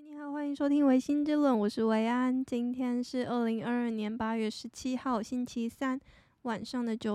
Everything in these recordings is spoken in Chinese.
你好，欢迎收听维新之论，我是维安。今天是2022年8月17号，星期三晚上的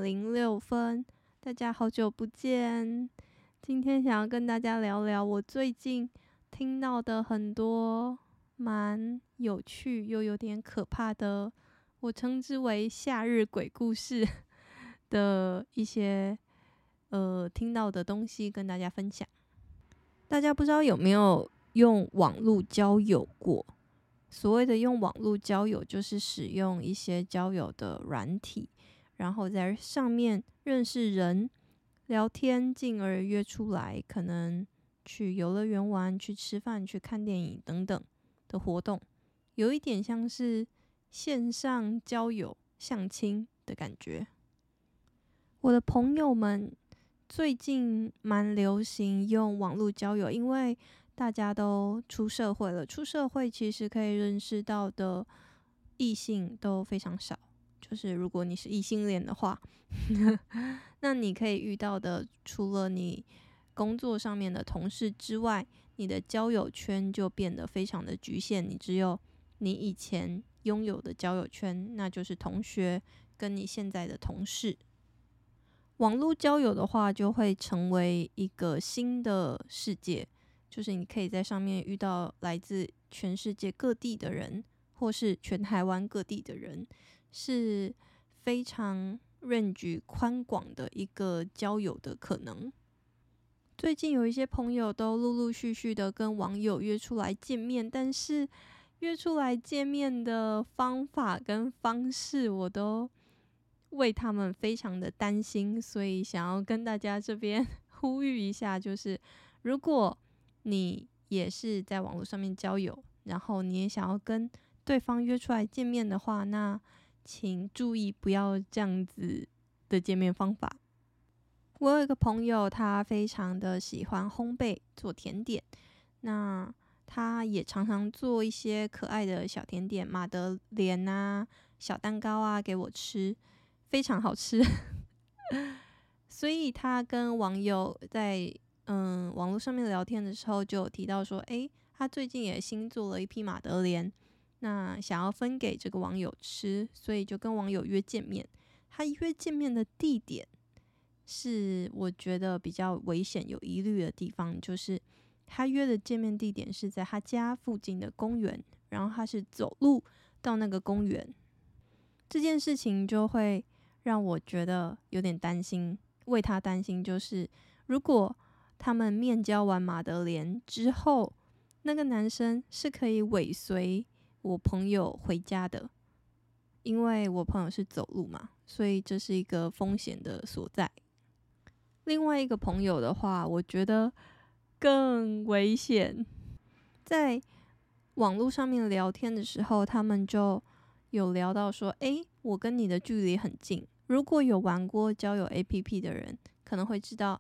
9:06。大家好久不见。今天想要跟大家聊聊我最近听到的很多蛮有趣又有点可怕的，我称之为夏日鬼故事的一些听到的东西跟大家分享。大家不知道有没有用网络交友过？所谓的用网络交友，就是使用一些交友的软体，然后在上面认识人、聊天，进而约出来，可能去游乐园玩、去吃饭、去看电影等等的活动，有一点像是线上交友、相亲的感觉。我的朋友们最近蛮流行用网络交友，因为大家都出社会了，出社会其实可以认识到的异性都非常少，就是如果你是异性恋的话那你可以遇到的除了你工作上面的同事之外，你的交友圈就变得非常的局限，你只有你以前拥有的交友圈，那就是同学跟你现在的同事。网络交友的话，就会成为一个新的世界，就是你可以在上面遇到来自全世界各地的人，或是全台湾各地的人，是非常 range 宽广的一个交友的可能。最近有一些朋友都陆陆续续的跟网友约出来见面，但是约出来见面的方法跟方式，我都为他们非常的担心，所以想要跟大家这边呼吁一下，就是如果你也是在网络上面交友，然后你也想要跟对方约出来见面的话，那请注意不要这样子的见面方法。我有一个朋友，他非常的喜欢烘焙做甜点，那他也常常做一些可爱的小甜点，马德莲啊、小蛋糕啊给我吃，非常好吃所以他跟网友在网络上面聊天的时候，就有提到说，他最近也新做了一批马德莲，那想要分给这个网友吃，所以就跟网友约见面。他约见面的地点是我觉得比较危险有疑虑的地方，就是他约的见面地点是在他家附近的公园，然后他是走路到那个公园。这件事情就会让我觉得有点担心，为他担心，就是如果他们面交完马德莲之后，那个男生是可以尾随我朋友回家的，因为我朋友是走路嘛，所以这是一个风险的所在。另外一个朋友的话，我觉得更危险。在网络上面聊天的时候，他们就有聊到说，我跟你的距离很近。如果有玩过交友 APP 的人，可能会知道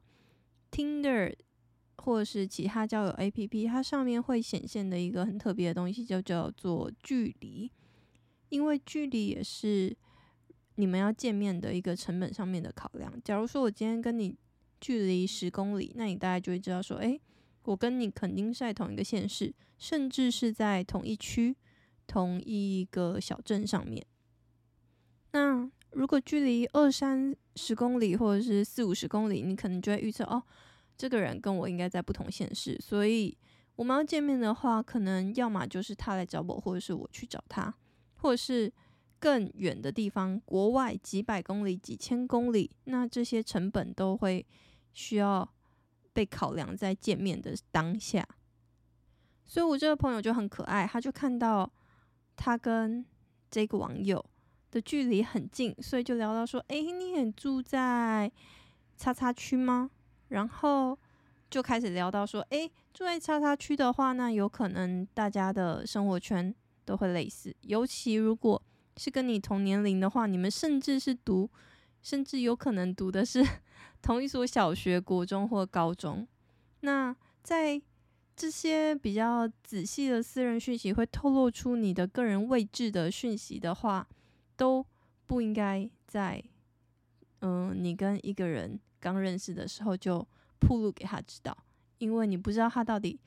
Tinder 或者是其他交友 APP， 它上面会显现的一个很特别的东西，就叫做距离。因为距离也是你们要见面的一个成本上面的考量。假如说我今天跟你距离10公里，那你大概就会知道说，我跟你肯定是在同一个县市，甚至是在同一区、同一个小镇上面。那如果距离20-30公里或者是40-50公里，你可能就会预测这个人跟我应该在不同县市，所以我们要见面的话，可能要么就是他来找我，或者是我去找他，或者是更远的地方，国外几百公里、几千公里，那这些成本都会需要被考量在见面的当下。所以我这个朋友就很可爱，他就看到他跟这个网友的距离很近，所以就聊到说，你也住在叉叉区吗？然后就开始聊到说，住在叉叉区的话，那有可能大家的生活圈都会类似，尤其如果是跟你同年龄的话，你们甚至有可能读的是同一所小学、国中或高中。那在这些比较仔细的私人讯息会透露出你的个人位置的讯息的话，都不应该在你跟一个人刚认识的时候就暴露给他知道，因为你不知道他到底会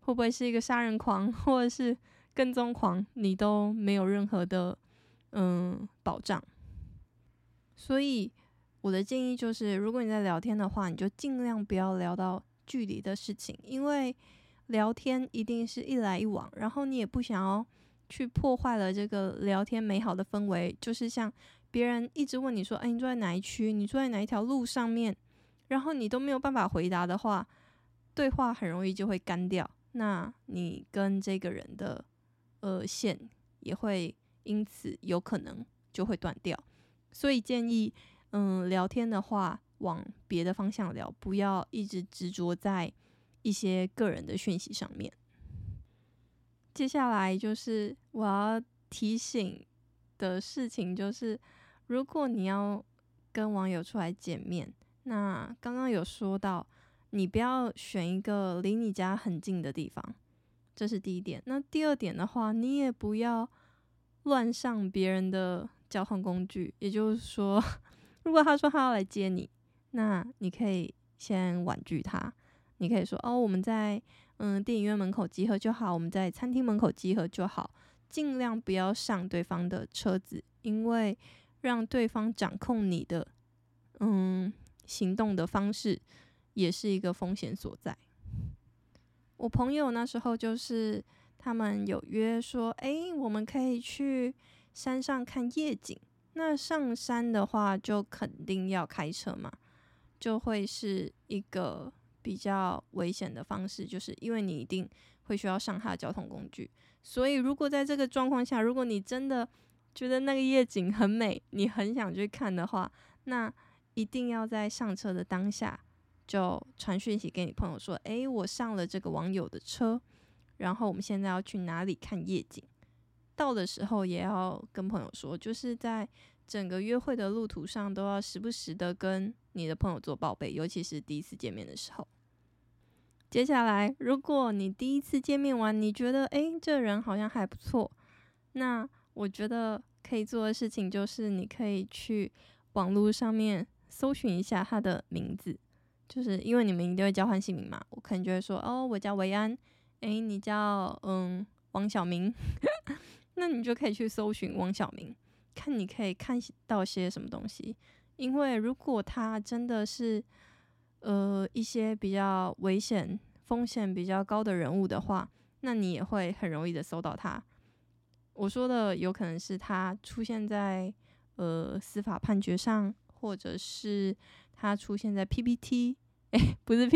会不会是一个杀人狂，或者是跟踪狂，你都没有任何的保障。所以我的建议就是，如果你在聊天的话，你就尽量不要聊到距离的事情，因为聊天一定是一来一往，然后你也不想要去破坏了这个聊天美好的氛围。就是像别人一直问你说，你住在哪一区，你住在哪一条路上面，然后你都没有办法回答的话，对话很容易就会干掉，那你跟这个人的线也会因此有可能就会断掉。所以建议聊天的话往别的方向聊，不要一直执着在一些个人的讯息上面。接下来就是我要提醒的事情，就是如果你要跟网友出来见面，那刚刚有说到你不要选一个离你家很近的地方，这是第一点。那第二点的话，你也不要乱上别人的交通工具，也就是说，如果他说他要来接你，那你可以先婉拒他，你可以说我们在电影院门口集合就好，我们在餐厅门口集合就好，尽量不要上对方的车子，因为让对方掌控你的行动的方式也是一个风险所在。我朋友那时候就是他们有约说，我们可以去山上看夜景。那上山的话就肯定要开车嘛，就会是一个比较危险的方式，就是因为你一定会需要上他的交通工具。所以如果在这个状况下，如果你真的觉得那个夜景很美，你很想去看的话，那一定要在上车的当下就传讯息给你朋友说，我上了这个网友的车，然后我们现在要去哪里看夜景。到的时候也要跟朋友说，就是在整个约会的路途上都要时不时的跟你的朋友做报备，尤其是第一次见面的时候。接下来如果你第一次见面完你觉得这人好像还不错，那我觉得可以做的事情就是你可以去网络上面搜寻一下他的名字，就是因为你们一定会交换姓名嘛，我可能就会说我叫维安，你叫王小明那你就可以去搜寻王小明，看你可以看到些什么东西。因为如果他真的是一些比较危险、风险比较高的人物的话，那你也会很容易的搜到他。我说的有可能是他出现在司法判决上，或者是他出现在 PPT， 不是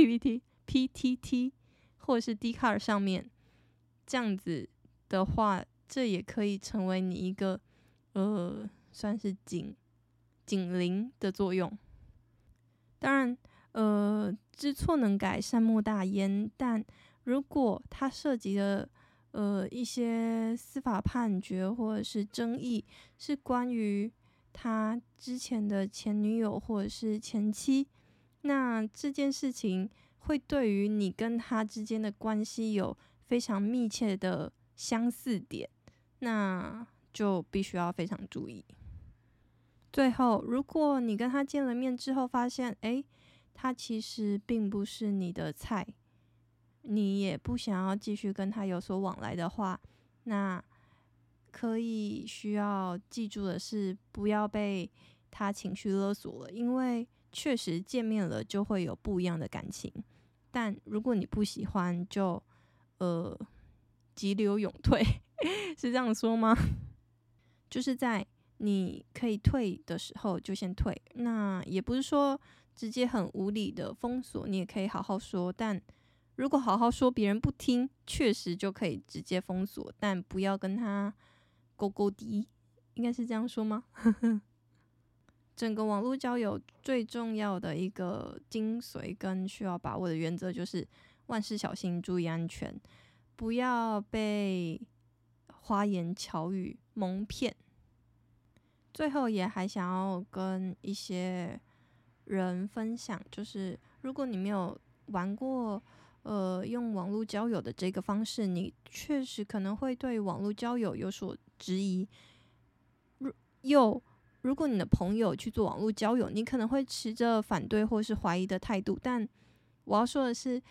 PPT，PTT 或者是 Dcard 上面，这样子的话，这也可以成为你一个算是警铃的作用。当然知错能改善莫大焉，但如果它涉及的一些司法判决或者是争议是关于他之前的前女友或者是前妻，那这件事情会对于你跟他之间的关系有非常密切的相似点，那就必须要非常注意。最后，如果你跟他见了面之后发现他其实并不是你的菜，你也不想要继续跟他有所往来的话，那可以需要记住的是，不要被他情绪勒索了，因为确实见面了就会有不一样的感情，但如果你不喜欢，就急流勇退是这样说吗？就是在你可以退的时候就先退，那也不是说直接很无理的封锁，你也可以好好说，但如果好好说别人不听，确实就可以直接封锁，但不要跟他勾勾滴，应该是这样说吗？整个网络交友最重要的一个精髓跟需要把握的原则就是万事小心，注意安全，不要被花言巧语蒙骗。最后也还想要跟一些人分享，就是如果你没有玩过用网络交友的这个方式，你确实可能会对网络交友有所质疑。如果你的朋友去做网络交友，你可能会持着反对或是怀疑的态度，但我要说的是，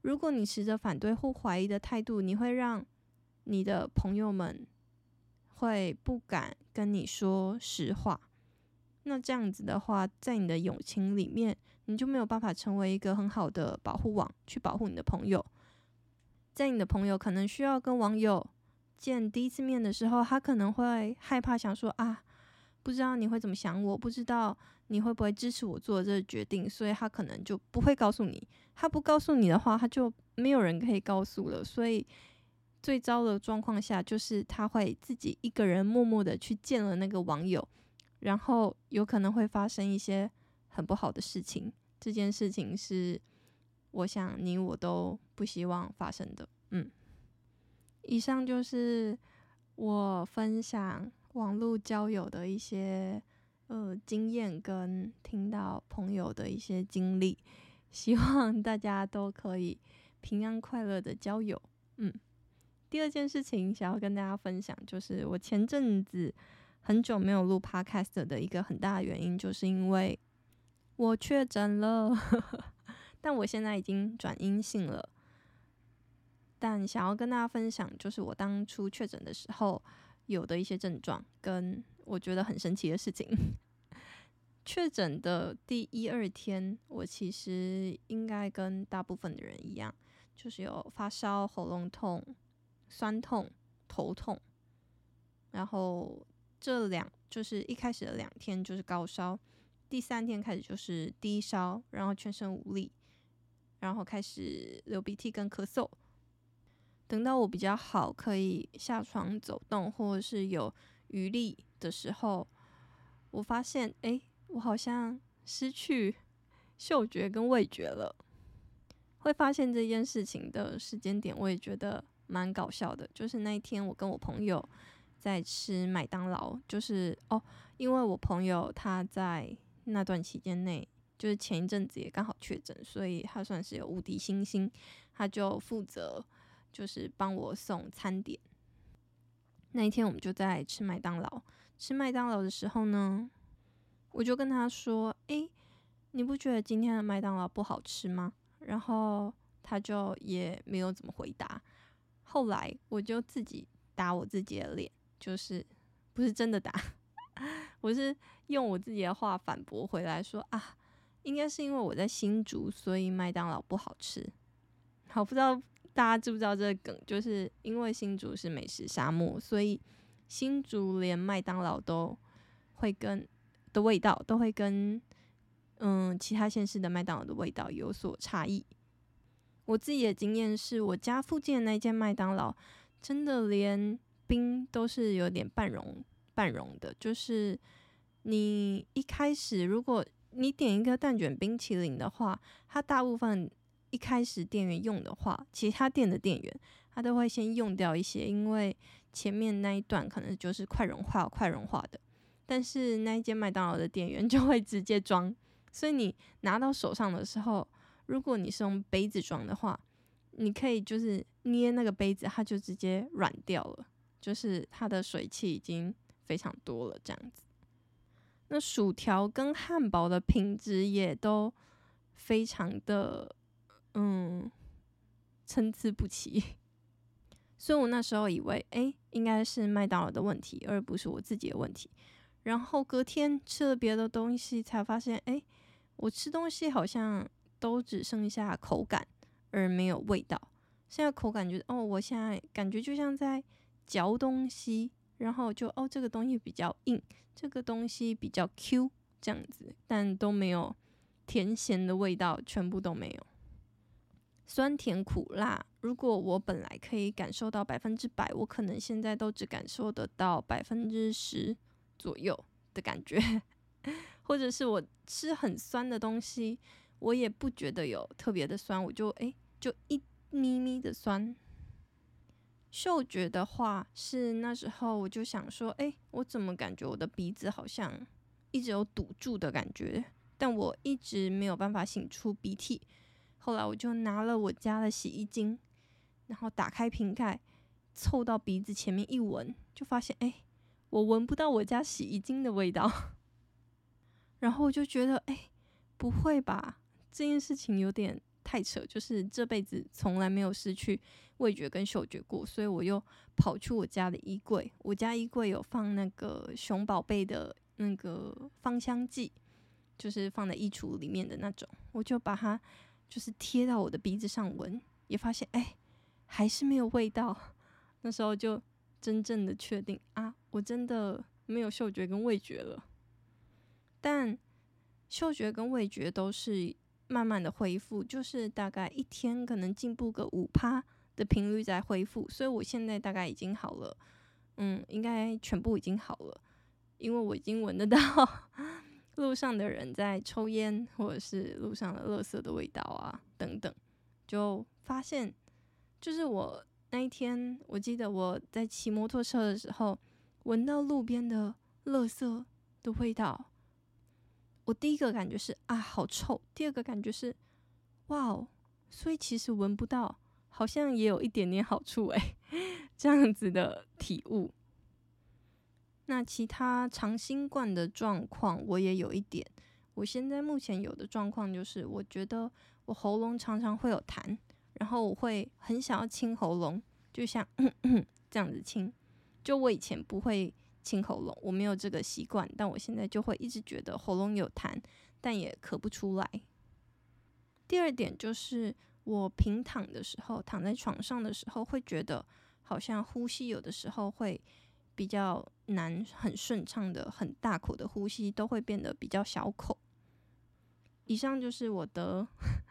如果你持着反对或怀疑的态度，你会让你的朋友们会不敢跟你说实话。那这样子的话，在你的友情里面，你就没有办法成为一个很好的保护网，去保护你的朋友。在你的朋友可能需要跟网友见第一次面的时候，他可能会害怕，想说不知道你会怎么想我，不知道你会不会支持我做的这个决定，所以他可能就不会告诉你。他不告诉你的话，他就没有人可以告诉了。所以最糟的状况下，就是他会自己一个人默默的去见了那个网友，然后有可能会发生一些很不好的事情。这件事情是我想你我都不希望发生的。以上就是我分享网络交友的一些经验跟听到朋友的一些经历，希望大家都可以平安快乐的交友。第二件事情想要跟大家分享，就是我前阵子很久没有录 podcast 的一个很大的原因，就是因为我确诊了但我现在已经转阴性了。但想要跟大家分享，就是我当初确诊的时候有的一些症状，跟我觉得很神奇的事情。确诊的第1、2天，我其实应该跟大部分的人一样，就是有发烧、喉咙痛、酸痛、头痛，然后就是一开始的2天就是高烧，第3天开始就是低烧，然后全身无力，然后开始流鼻涕跟咳嗽。等到我比较好，可以下床走动或者是有余力的时候，我发现我好像失去嗅觉跟味觉了。会发现这件事情的时间点，我也觉得蛮搞笑的。就是那一天我跟我朋友在吃麦当劳，就是因为我朋友他在那段期间内，就是前一阵子也刚好确诊，所以他算是有无敌星星，他就负责就是帮我送餐点。那一天我们就在吃麦当劳，吃麦当劳的时候呢，我就跟他说你不觉得今天的麦当劳不好吃吗？然后他就也没有怎么回答。后来我就自己打我自己的脸，就是不是真的打我是用我自己的话反驳回来说应该是因为我在新竹，所以麦当劳不好吃。好，不知道大家知不知道这个梗，就是因为新竹是美食沙漠，所以新竹连麦当劳都会的味道都会跟其他县市的麦当劳的味道有所差异。我自己的经验是，我家附近的那间麦当劳真的连冰都是有点半溶的，就是你一开始如果你点一个蛋卷冰淇淋的话，它大部分一开始店员用的话，其他店的店员他都会先用掉一些，因为前面那一段可能就是快融化的，但是那一间麦当劳的店员就会直接装，所以你拿到手上的时候，如果你是用杯子装的话，你可以就是捏那个杯子，它就直接软掉了，就是它的水汽已经非常多了这样子。那薯条跟汉堡的品质也都非常的参差不齐，所以我那时候以为应该是麦当劳的问题，而不是我自己的问题。然后隔天吃了别的东西，才发现我吃东西好像都只剩下口感而没有味道。现在口感就是我现在感觉就像在嚼东西，然后就这个东西比较硬，这个东西比较 Q 这样子，但都没有甜咸的味道，全部都没有。酸甜苦辣，如果我本来可以感受到100%，我可能现在都只感受得到10%左右的感觉。或者是我吃很酸的东西，我也不觉得有特别的酸，我就就一咪咪的酸。嗅觉的话，是那时候我就想说我怎么感觉我的鼻子好像一直有堵住的感觉，但我一直没有办法擤出鼻涕。后来我就拿了我家的洗衣精，然后打开瓶盖，凑到鼻子前面一闻，就发现我闻不到我家洗衣精的味道。然后我就觉得不会吧，这件事情有点太扯，就是这辈子从来没有失去味觉跟嗅觉过，所以我又跑去我家的衣柜，我家衣柜有放那个熊宝贝的那个芳香剂，就是放在衣橱里面的那种，我就把它就是贴到我的鼻子上闻，也发现还是没有味道。那时候就真正的确定我真的没有嗅觉跟味觉了。但嗅觉跟味觉都是慢慢的恢复，就是大概一天可能进步个5%的频率在恢复，所以我现在大概已经好了，应该全部已经好了，因为我已经闻得到路上的人在抽烟，或者是路上的垃圾的味道等等，就发现就是我那一天，我记得我在骑摩托车的时候，闻到路边的垃圾的味道，我第一个感觉是好臭，第二个感觉是哇，所以其实闻不到好像也有一点点好处这样子的体悟。那其他长新冠的状况我也有一点，我现在目前有的状况就是我觉得我喉咙常常会有痰，然后我会很想要清喉咙，就像这样子清，就我以前不会清喉咙，我没有这个习惯，但我现在就会一直觉得喉咙有痰，但也咳不出来。第二点就是我平躺的时候，躺在床上的时候，会觉得好像呼吸有的时候会比较难很顺畅的很大口的呼吸，都会变得比较小口。以上就是我得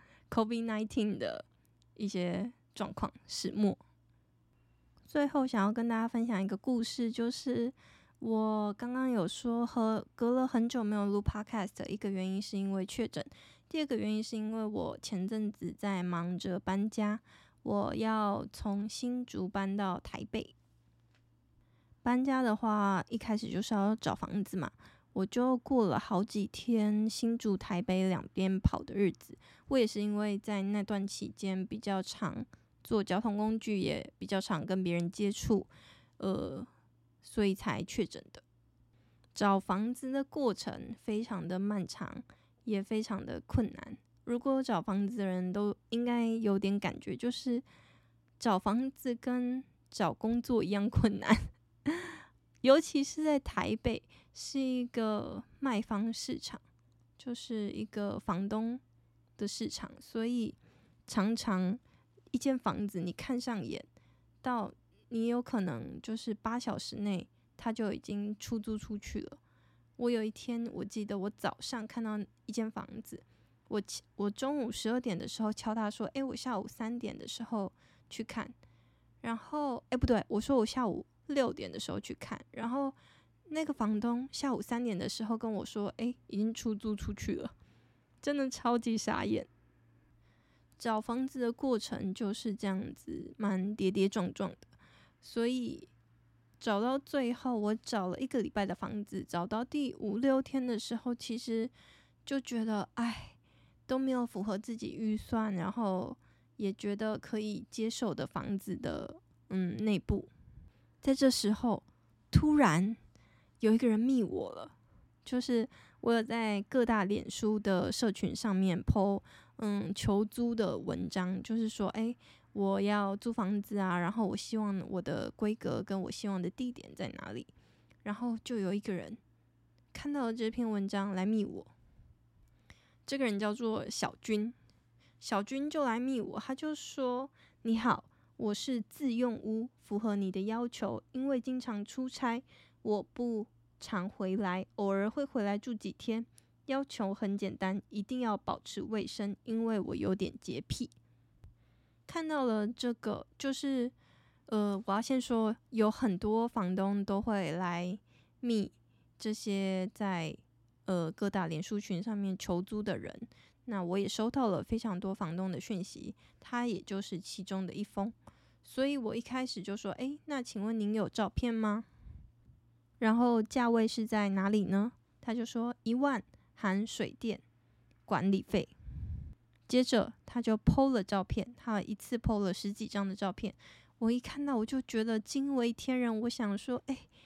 COVID-19 的一些状况始末。最后想要跟大家分享一个故事，就是我刚刚有说隔了很久没有录 podcast 的一个原因是因为确诊，第二个原因是因为我前阵子在忙着搬家，我要从新竹搬到台北。搬家的话一开始就是要找房子嘛，我就过了好几天新竹台北两边跑的日子。我也是因为在那段期间比较常坐交通工具，也比较常跟别人接触，所以才确诊的。找房子的过程非常的漫长，也非常的困难。如果找房子的人都应该有点感觉，就是找房子跟找工作一样困难。尤其是在台北，是一个卖方市场，就是一个房东的市场，所以常常一间房子你看上眼，到你有可能就是8小时内它就已经出租出去了。我有一天我记得我早上看到一间房子，我中午12点的时候敲他说我下午3点的时候去看，然后不对，我说我下午6点的时候去看，然后那个房东下午3点的时候跟我说已经出租出去了，真的超级傻眼。找房子的过程就是这样子，蛮跌跌撞撞的，所以找到最后，我找了1个礼拜的房子，找到第5、6天的时候，其实就觉得都没有符合自己预算，然后也觉得可以接受的房子的内部。在这时候突然有一个人密我了，就是我有在各大脸书的社群上面 po 求租的文章，就是说我要租房子然后我希望我的规格跟我希望的地点在哪里，然后就有一个人看到了这篇文章来密我。这个人叫做小军，小军就来密我，他就说：你好，我是自用屋，符合你的要求，因为经常出差，我不常回来，偶尔会回来住几天，要求很简单，一定要保持卫生，因为我有点洁癖。看到了这个，就是我要先说，有很多房东都会来密这些在各大脸书群上面求租的人，那我也收到了非常多房东的讯息，他也就是其中的一封，所以我一开始就说那请问您有照片吗？然后价位是在哪里呢？他就说1万含水电管理费。接着他就 po 了照片，他一次 po 了10几张的照片，我一看到我就觉得惊为天人，我想说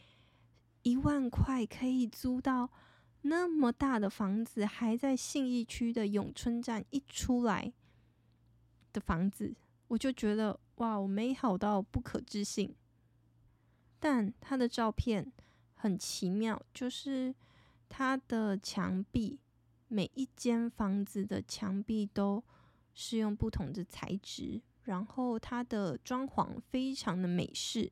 1万块可以租到那么大的房子，还在信义区的永春站一出来， 的房子，我就觉得哇，我美好到不可置信。但他的照片很奇妙，就是他的墙壁，每一间房子的墙壁都是用不同的材质，然后它的装潢非常的美式，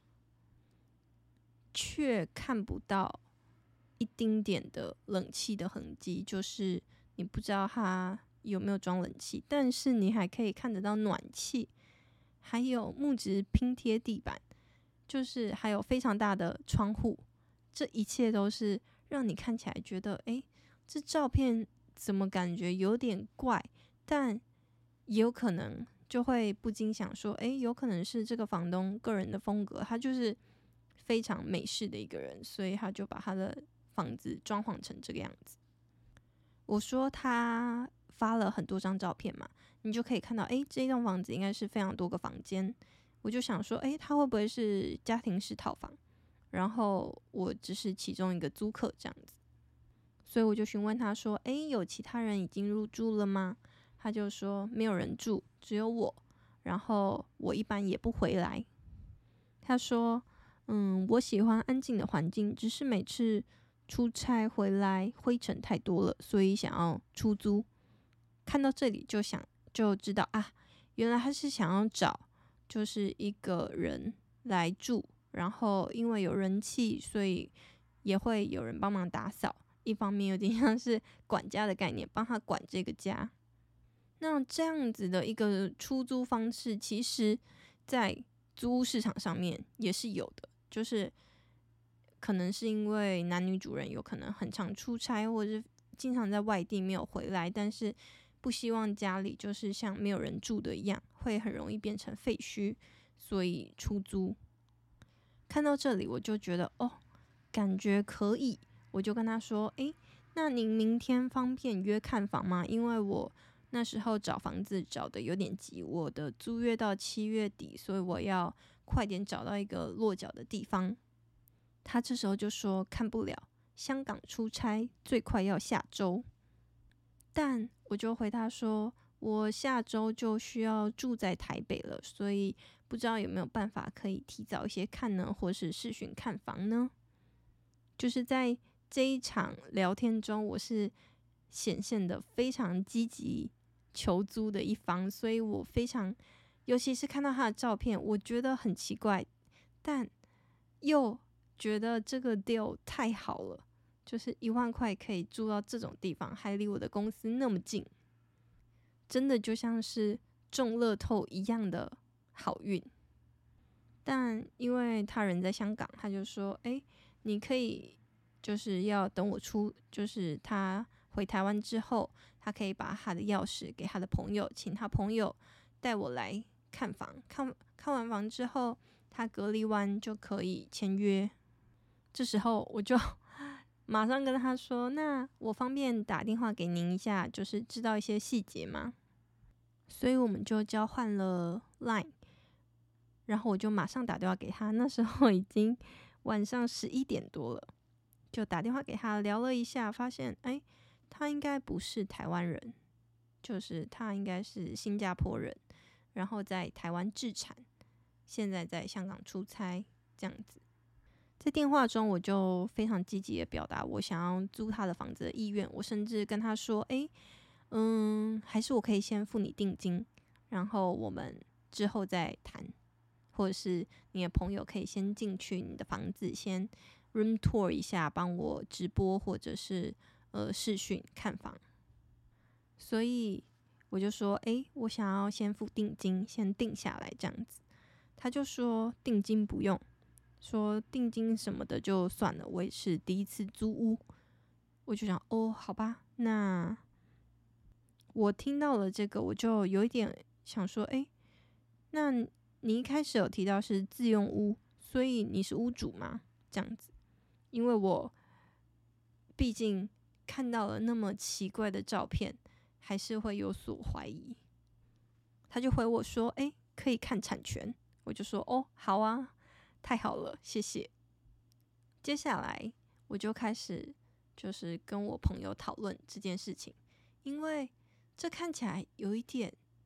却看不到一丁点的冷气的痕迹，就是你不知道它有没有装冷气，但是你还可以看得到暖气，还有木质拼贴地板，就是还有非常大的窗户，这一切都是让你看起来觉得，这照片怎么感觉有点怪，但也有可能就会不禁想说，有可能是这个房东个人的风格，他就是非常美式的一个人，所以他就把他的房子装潢成这个样子。我说他发了很多张照片嘛，你就可以看到，这一栋房子应该是非常多个房间。我就想说，他会不会是家庭式套房？然后我只是其中一个租客这样子，所以我就询问他说，有其他人已经入住了吗？他就说没有人住，只有我，然后我一般也不回来。他说，我喜欢安静的环境，只是每次出差回来灰尘太多了，所以想要出租。看到这里就知道啊，原来他是想要找就是一个人来住，然后因为有人气，所以也会有人帮忙打扫。一方面有点像是管家的概念，帮他管这个家。那这样子的一个出租方式，其实在租屋市场上面也是有的，就是可能是因为男女主人有可能很常出差，或者是经常在外地没有回来，但是不希望家里就是像没有人住的一样，会很容易变成废墟，所以出租。看到这里我就觉得感觉可以，我就跟他说，那您明天方便约看房吗？因为我那时候找房子找的有点急，我的租约到7月底，所以我要快点找到一个落脚的地方。他这时候就说看不了，香港出差最快要下周。但我就回他说，我下周就需要住在台北了，所以不知道有没有办法可以提早一些看呢，或是视讯看房呢？就是在这一场聊天中，我是显现的非常积极求租的一方，所以我非常，尤其是看到他的照片，我觉得很奇怪，但又觉得这个 deal 太好了，就是10000块可以住到这种地方，还离我的公司那么近，真的就像是中乐透一样的好运。但因为他人在香港，他就说，你可以就是要等我就是他回台湾之后，他可以把他的钥匙给他的朋友，请他朋友带我来看房，看完房之后，他隔离完就可以签约。这时候我就马上跟他说，那我方便打电话给您一下，就是知道一些细节吗？所以我们就交换了 Line， 然后我就马上打电话给他，那时候已经晚上11点多了，就打电话给他聊了一下，发现他应该不是台湾人，就是他应该是新加坡人，然后在台湾置产，现在在香港出差这样子。在电话中我就非常积极的表达我想要租他的房子的意愿，我甚至跟他说，还是我可以先付你定金，然后我们之后再谈，或者是你的朋友可以先进去你的房子先 room tour 一下，帮我直播或者是视讯看房。所以我就说，我想要先付定金，先定下来这样子。他就说定金不用，说定金什么的就算了，我也是第一次租屋。我就想，好吧，那我听到了这个，我就有一点想说，那你一开始有提到是自用屋，所以你是屋主吗？这样子，因为我毕竟看到了那么奇怪的照片，还是会有所怀疑。他就回我说，可以看产权。我就说，好啊，太好了，谢谢。接下来我就开始就是跟我朋友讨论这件事情，因为这看起来有一点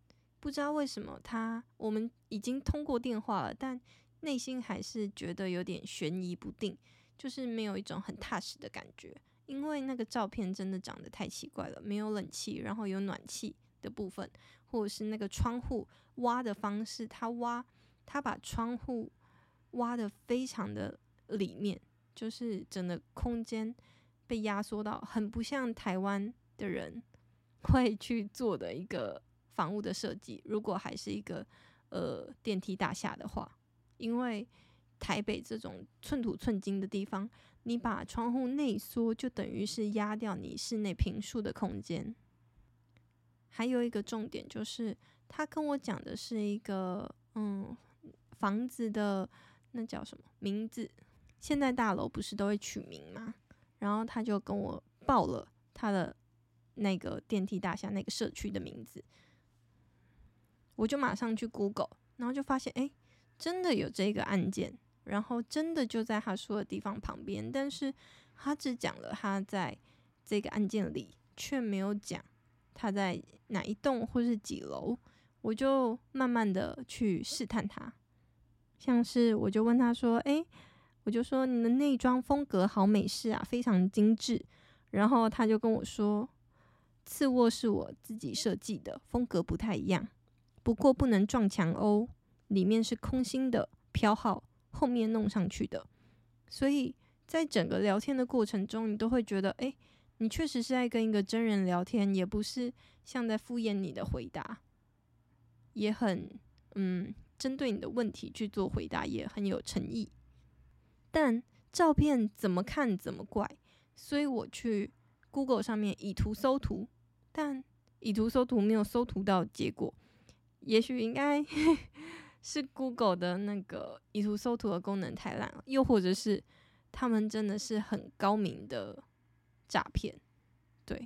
不知道为什么我们已经通过电话了，但内心还是觉得有点悬疑不定，就是没有一种很踏实的感觉。因为那个照片真的长得太奇怪了，没有冷气，然后有暖气的部分，或者是那个窗户挖的方式，他把窗户挖得非常的里面，就是整个空间被压缩到很不像台湾的人会去做的一个房屋的设计。如果还是一个电梯大厦的话，因为台北这种寸土寸金的地方，你把窗户内缩，就等于是压掉你室内平数的空间。还有一个重点就是，他跟我讲的是一个房子的那叫什么名字？现在大楼不是都会取名吗？然后他就跟我报了他的那个电梯大厦那个社区的名字，我就马上去 Google， 然后就发现真的有这个案件，然后真的就在他说的地方旁边，但是他只讲了他在这个案件里，却没有讲他在哪一栋或是几楼。我就慢慢的去试探他，像是我就问他说我就说你的内装风格好美式啊，非常精致。然后他就跟我说，次卧是我自己设计的，风格不太一样，不过不能撞墙哦，里面是空心的飘号，后面弄上去的。所以在整个聊天的过程中，你都会觉得你确实是在跟一个真人聊天，也不是像在敷衍你的回答，也很针对你的问题去做回答，也很有诚意。但照片怎么看怎么怪，所以我去 Google 上面以图搜图，但以图搜图没有搜图到结果，也许应该是 Google 的那个以图搜图的功能太烂了，又或者是他们真的是很高明的诈骗。对，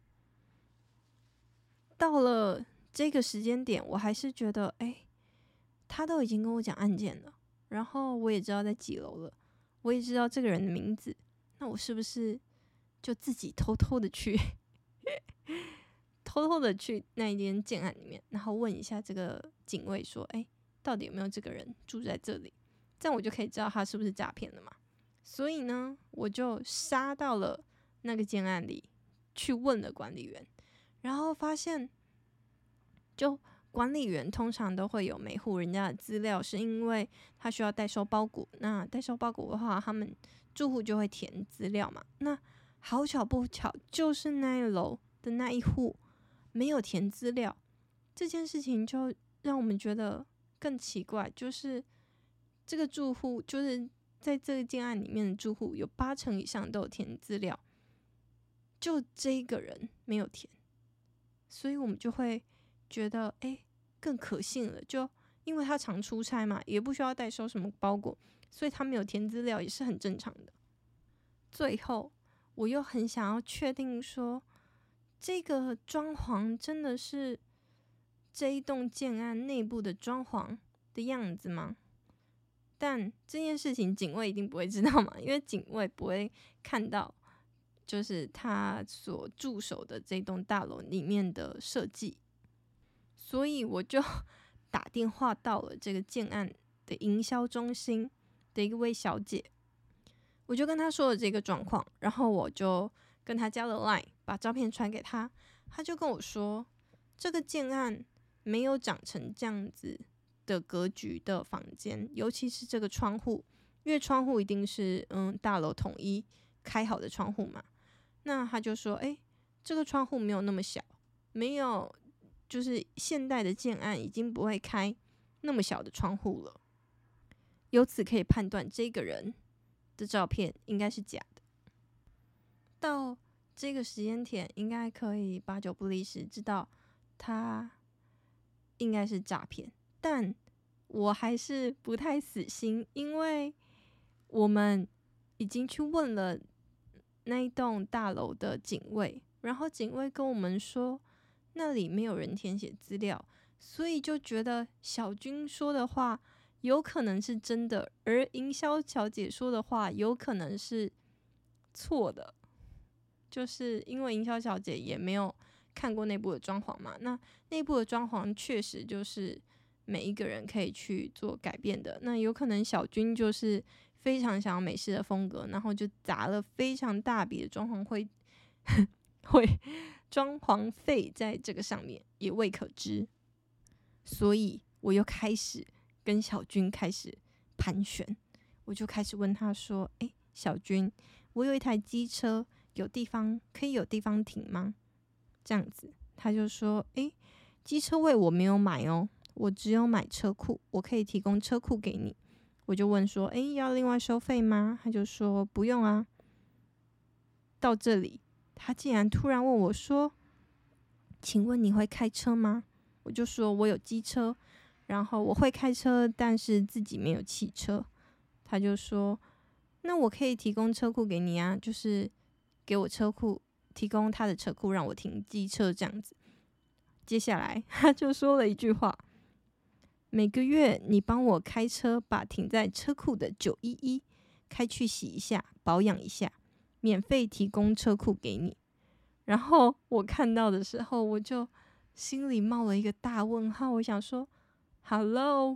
到了这个时间点，我还是觉得他都已经跟我讲案件了，然后我也知道在几楼了，我也知道这个人的名字，那我是不是就自己偷偷的去那一间建案里面，然后问一下这个警卫说到底有没有这个人住在这里，这样我就可以知道他是不是诈骗了嘛。所以呢，我就杀到了那个建案里去问了管理员，然后发现就管理员通常都会有每户人家的资料，是因为他需要代收包裹，那代收包裹的话，他们住户就会填资料嘛。那好巧不巧，就是那一楼的那一户没有填资料，这件事情就让我们觉得更奇怪，就是这个住户，就是在这个建案里面的住户有80%以上都有填资料，就这个人没有填，所以我们就会觉得更可信了，就因为他常出差嘛，也不需要代收什么包裹，所以他没有填资料也是很正常的。最后我又很想要确定说，这个装潢真的是这一栋建案内部的装潢的样子吗？但这件事情警卫一定不会知道嘛，因为警卫不会看到就是他所驻守的这栋大楼里面的设计，所以我就打电话到了这个建案的营销中心的一位小姐，我就跟她说了这个状况，然后我就跟她加了 LINE， 把照片传给她，她就跟我说，这个建案没有长成这样子的格局的房间，尤其是这个窗户，因为窗户一定是大楼统一开好的窗户嘛。那他就说这个窗户没有那么小，没有，就是现代的建案已经不会开那么小的窗户了，由此可以判断这个人的照片应该是假的。到这个时间点应该可以8九不离10知道他应该是诈骗，但我还是不太死心，因为我们已经去问了那一栋大楼的警卫，然后警卫跟我们说那里没有人填写资料，所以就觉得小军说的话有可能是真的，而营销小姐说的话有可能是错的，就是因为营销小姐也没有看过内部的装潢嘛，那内部的装潢确实就是每一个人可以去做改变的。那有可能小军就是非常想要美式的风格，然后就砸了非常大笔的装潢装潢费在这个上面，也未可知。所以我又开始跟小军开始盘旋，我就开始问他说：“小军，我有一台机车，可以有地方停吗？”这样子，他就说：“机车位我没有买哦，我只有买车库，我可以提供车库给你。”我就问说：“要另外收费吗？”他就说：“不用啊。”到这里，他竟然突然问我说：“请问你会开车吗？”我就说：“我有机车，然后我会开车，但是自己没有汽车。”他就说：“那我可以提供车库给你啊，就是给我车库，提供他的车库让我停机车这样子。”接下来他就说了一句话：“每个月你帮我开车，把停在车库的911开去洗一下，保养一下，免费提供车库给你。”然后我看到的时候，我就心里冒了一个大问号，我想说 ：“Hello，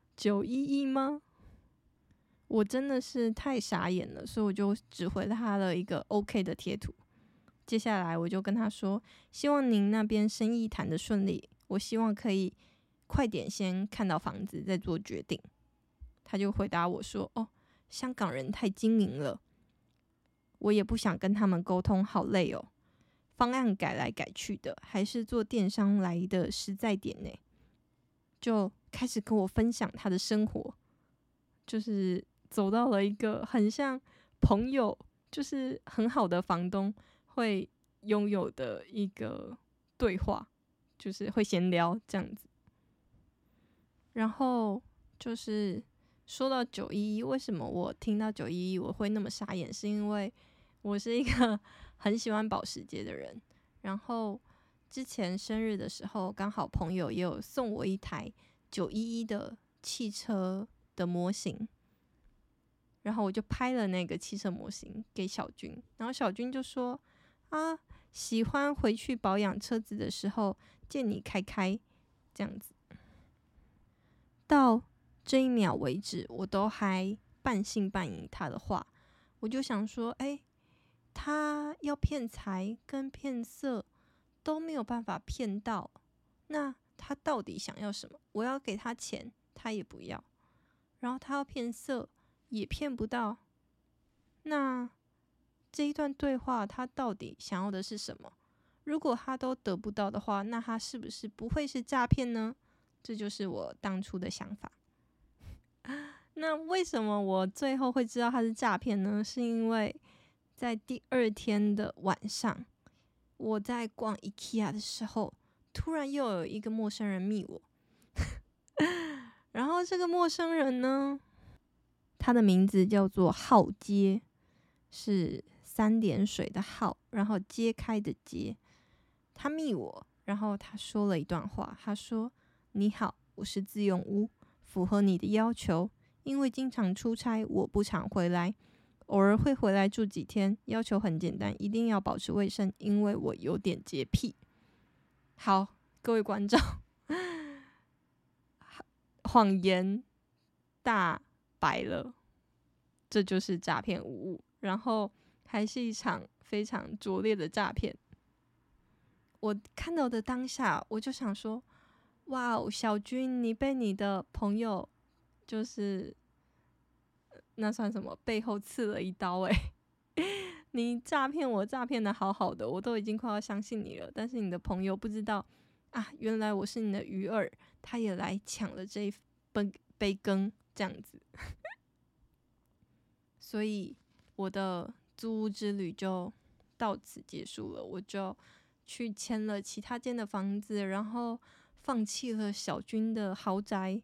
911吗？”我真的是太傻眼了，所以我就只回了他了一个 OK 的贴图。接下来我就跟他说：“希望您那边生意谈得顺利，我希望可以快点先看到房子再做决定。”他就回答我说：“香港人太精明了，我也不想跟他们沟通，好累哦。方案改来改去的，还是做电商来的实在点呢。”就开始跟我分享他的生活，就是走到了一个很像朋友，就是很好的房东会拥有的一个对话，就是会闲聊这样子。然后就是说到911，为什么我听到911我会那么傻眼？是因为我是一个很喜欢保时捷的人，然后之前生日的时候，刚好朋友也有送我一台911的汽车的模型，然后我就拍了那个汽车模型给小军，然后小军就说：“啊，喜欢回去保养车子的时候借你开开，这样子。”到这一秒为止，我都还半信半疑他的话，我就想说：他要骗财跟骗色都没有办法骗到，那他到底想要什么？我要给他钱，他也不要，然后他要骗色也骗不到，那这一段对话他到底想要的是什么？如果他都得不到的话，那他是不是不会是诈骗呢？这就是我当初的想法。那为什么我最后会知道他是诈骗呢？是因为在第2天的晚上，我在逛 IKEA 的时候，突然又有一个陌生人密我。然后这个陌生人呢，他的名字叫做浩街，是3点水的浩，然后揭开的揭。他密我，然后他说了一段话，他说：“你好，我是自用屋，符合你的要求。因为经常出差，我不常回来，偶尔会回来住几天。要求很简单，一定要保持卫生，因为我有点洁癖。”好，各位观众，谎言大白了，这就是诈骗无误，然后还是一场非常拙劣的诈骗。我看到的当下，我就想说：“哇哦，小军，你被你的朋友就是那算什么？背后刺了一刀你诈骗我，诈骗的好好的，我都已经快要相信你了。但是你的朋友不知道啊，原来我是你的鱼饵，他也来抢了这一杯羹，这样子。”所以我的租屋之旅就到此结束了，我就去签了其他间的房子，然后放弃了小军的豪宅，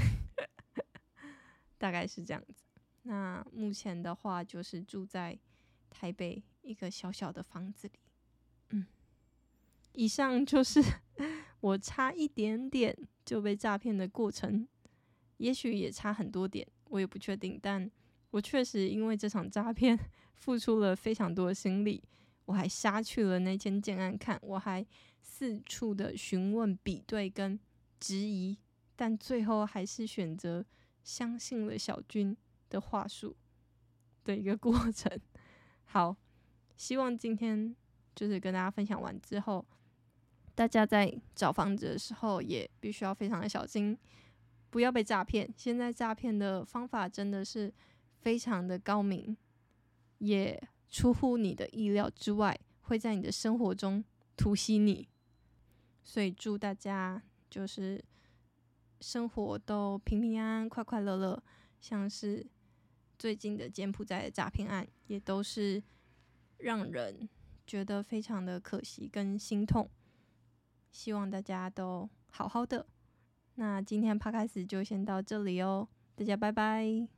大概是这样子。那目前的话，就是住在台北一个小小的房子里。以上就是我差一点点就被诈骗的过程，也许也差很多点，我也不确定。但我确实因为这场诈骗付出了非常多的心力， 我还杀去了那间建案看，我还四处的询问、比对跟质疑，但最后还是选择相信了小军的话术的一个过程。好，希望今天就是跟大家分享完之后，大家在找房子的时候也必须要非常的小心，不要被诈骗。现在诈骗的方法真的是非常的高明，也出乎你的意料之外，会在你的生活中突袭你。所以祝大家就是生活都平平安安、快快乐乐。像是最近的柬埔寨的诈骗案，也都是让人觉得非常的可惜跟心痛。希望大家都好好的。那今天 Podcast 就先到这里哦，大家拜拜。